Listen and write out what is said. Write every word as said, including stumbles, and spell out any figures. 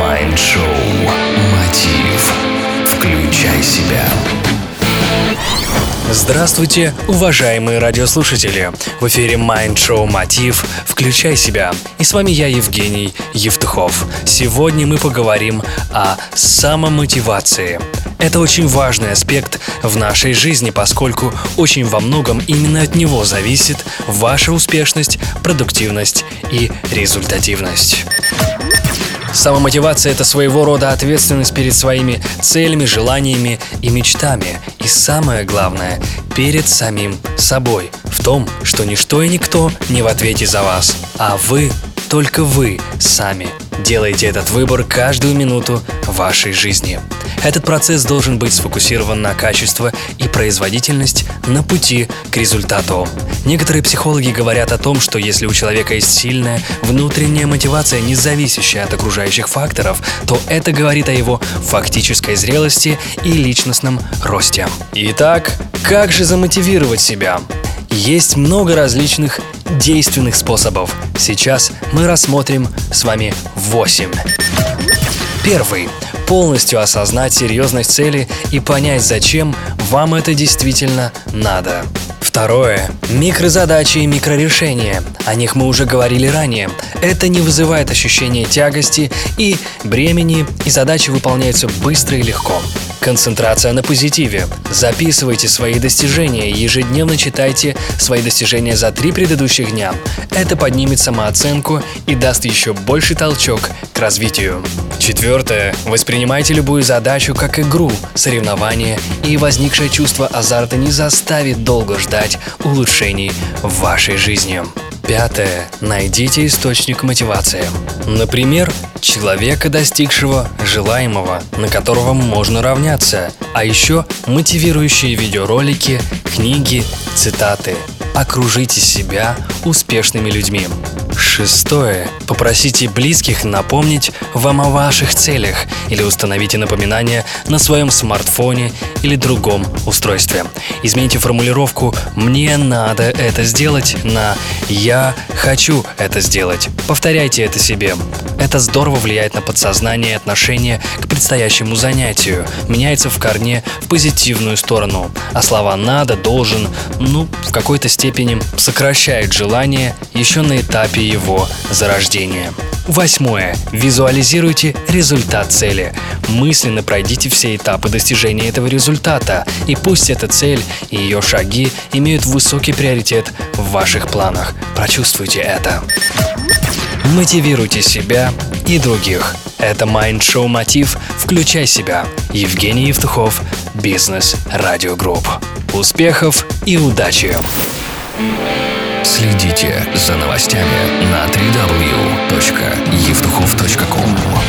Майнд-шоу «Мотив». Включай себя. Здравствуйте, уважаемые радиослушатели! В эфире Майнд-шоу «Мотив. Включай себя». И с вами я, Евгений Евтухов. Сегодня мы поговорим о самомотивации. Это очень важный аспект в нашей жизни, поскольку очень во многом именно от него зависит ваша успешность, продуктивность и результативность. Самомотивация – это своего рода ответственность перед своими целями, желаниями и мечтами. И самое главное – перед самим собой. В том, что ничто и никто не в ответе за вас, а вы, только вы сами делаете этот выбор каждую минуту вашей жизни. Этот процесс должен быть сфокусирован на качество и производительность на пути к результату. Некоторые психологи говорят о том, что если у человека есть сильная внутренняя мотивация, не зависящая от окружающих факторов, то это говорит о его фактической зрелости и личностном росте. Итак, как же замотивировать себя? Есть много различных действенных способов. Сейчас мы рассмотрим с вами восемь. Первый. Полностью осознать серьезность цели и понять, зачем вам это действительно надо. Второе. Микрозадачи и микрорешения. О них мы уже говорили ранее. Это не вызывает ощущения тягости и бремени, и задачи выполняются быстро и легко. Концентрация на позитиве. Записывайте свои достижения и ежедневно читайте свои достижения за три предыдущих дня. Это поднимет самооценку и даст еще больший толчок к развитию. Четвертое. Воспринимайте любую задачу как игру, соревнование, и возникшее чувство азарта не заставит долго ждать улучшений в вашей жизни. Пятое. Найдите источник мотивации. Например, человека, достигшего желаемого, на которого можно равняться. А еще мотивирующие видеоролики, книги, цитаты. Окружите себя успешными людьми. Шестое. Попросите близких напомнить вам о ваших целях или установите напоминание на своем смартфоне или другом устройстве. Измените формулировку «мне надо это сделать» на «я хочу это сделать». Повторяйте это себе. Это здорово влияет на подсознание и отношение к предстоящему занятию, меняется в корне в позитивную сторону, а слова «надо», «должен», ну, в какой-то степени сокращают желание еще на этапе его зарождения. Восьмое. Визуализируйте результат цели. Мысленно пройдите все этапы достижения этого результата, и пусть эта цель и ее шаги имеют высокий приоритет в ваших планах. Прочувствуйте это. Мотивируйте себя и других. Это Майнд-шоу «Мотив. Включай себя». Евгений Евтухов, Бизнес Радио Групп. Успехов и удачи! Следите за новостями на дабл ю дабл ю дабл ю точка евтухов точка ком.